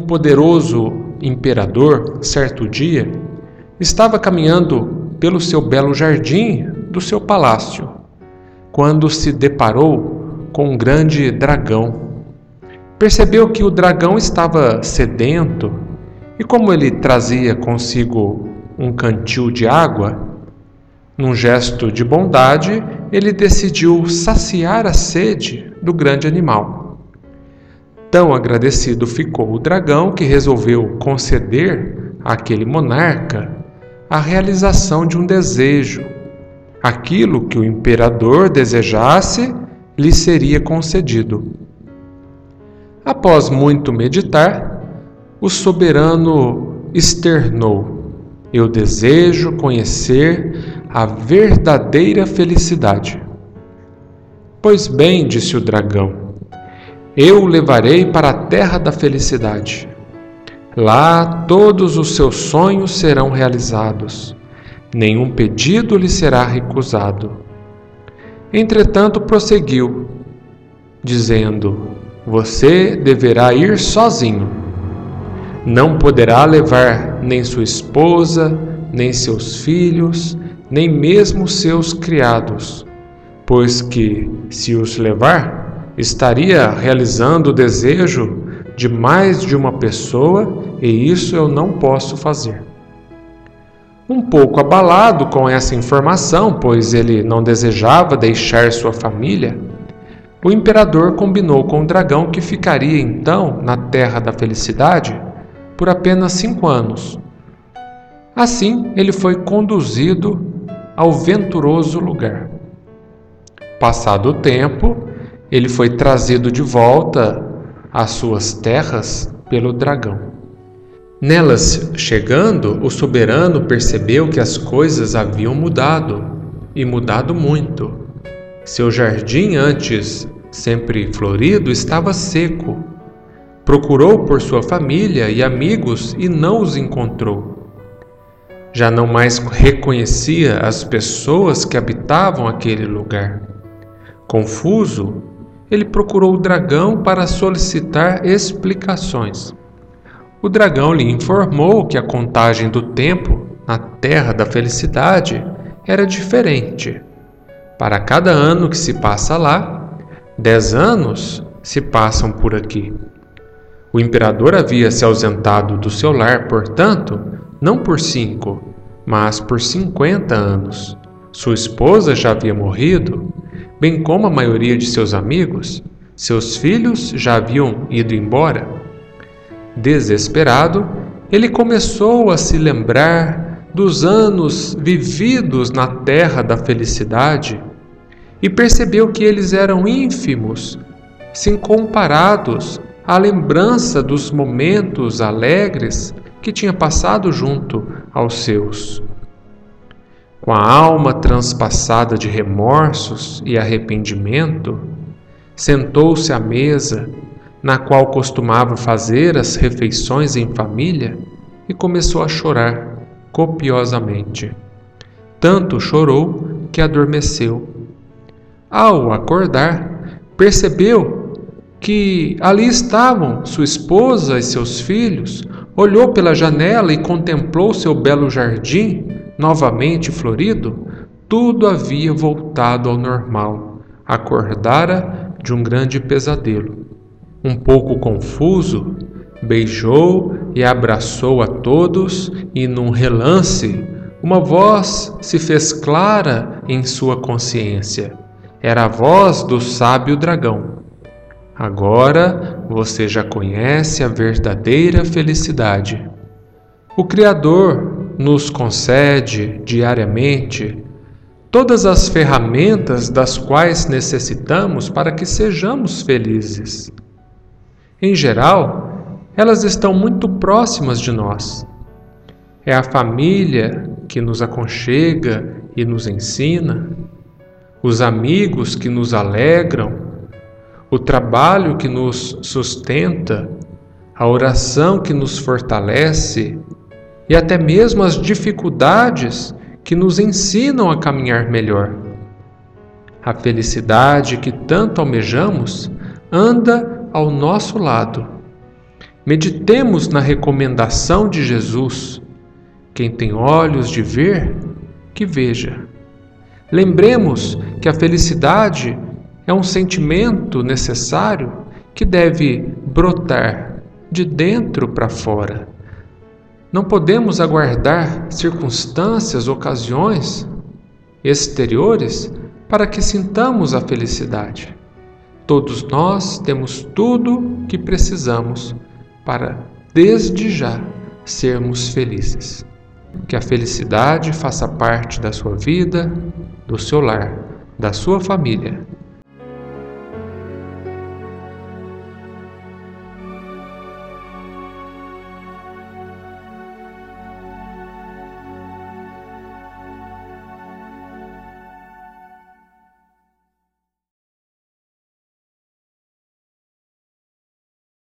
poderoso imperador, certo dia, estava caminhando pelo seu belo jardim do seu palácio, quando se deparou com um grande dragão. Percebeu que o dragão estava sedento e, como ele trazia consigo um cantil de água, num gesto de bondade, ele decidiu saciar a sede do grande animal. Tão agradecido ficou o dragão que resolveu conceder àquele monarca a realização de um desejo. Aquilo que o imperador desejasse lhe seria concedido. Após muito meditar, o soberano externou: eu desejo conhecer a verdadeira felicidade. Pois bem, disse o dragão, eu o levarei para a terra da felicidade. Lá todos os seus sonhos serão realizados. Nenhum pedido lhe será recusado. Entretanto, prosseguiu, dizendo: você deverá ir sozinho. Não poderá levar nem sua esposa, nem seus filhos, nem mesmo seus criados, pois que, se os levar, estaria realizando o desejo de mais de uma pessoa, e isso eu não posso fazer. Um pouco abalado com essa informação, pois ele não desejava deixar sua família, o imperador combinou com o dragão que ficaria então na Terra da Felicidade por apenas 5 anos. Assim, ele foi conduzido ao venturoso lugar. Passado o tempo, ele foi trazido de volta às suas terras pelo dragão. Nelas chegando, o soberano percebeu que as coisas haviam mudado, e mudado muito. Seu jardim, antes sempre florido, estava seco. Procurou por sua família e amigos e não os encontrou. Já não mais reconhecia as pessoas que habitavam aquele lugar. Confuso, ele procurou o dragão para solicitar explicações. O dragão lhe informou que a contagem do tempo na Terra da Felicidade era diferente. Para cada ano que se passa lá, 10 anos se passam por aqui. O imperador havia se ausentado do seu lar, portanto, não por 5, mas por 50 anos. Sua esposa já havia morrido, bem como a maioria de seus amigos. Seus filhos já haviam ido embora. Desesperado, ele começou a se lembrar dos anos vividos na Terra da Felicidade e percebeu que eles eram ínfimos, se comparados à lembrança dos momentos alegres que tinha passado junto aos seus. Com a alma transpassada de remorsos e arrependimento, sentou-se à mesa, na qual costumava fazer as refeições em família, e começou a chorar copiosamente. Tanto chorou que adormeceu. Ao acordar, percebeu que ali estavam sua esposa e seus filhos. Olhou pela janela e contemplou seu belo jardim, novamente florido. Tudo havia voltado ao normal. Acordara de um grande pesadelo. Um pouco confuso, beijou e abraçou a todos, e num relance, uma voz se fez clara em sua consciência. Era a voz do sábio dragão. Agora você já conhece a verdadeira felicidade. O Criador nos concede diariamente todas as ferramentas das quais necessitamos para que sejamos felizes. Em geral, elas estão muito próximas de nós. É a família que nos aconchega e nos ensina, os amigos que nos alegram, o trabalho que nos sustenta, a oração que nos fortalece e até mesmo as dificuldades que nos ensinam a caminhar melhor. A felicidade que tanto almejamos anda ao nosso lado. Meditemos na recomendação de Jesus: quem tem olhos de ver, que veja. Lembremos que a felicidade é um sentimento necessário que deve brotar de dentro para fora. Não podemos aguardar circunstâncias, ocasiões exteriores para que sintamos a felicidade. Todos nós temos tudo o que precisamos para, desde já, sermos felizes. Que a felicidade faça parte da sua vida, do seu lar, da sua família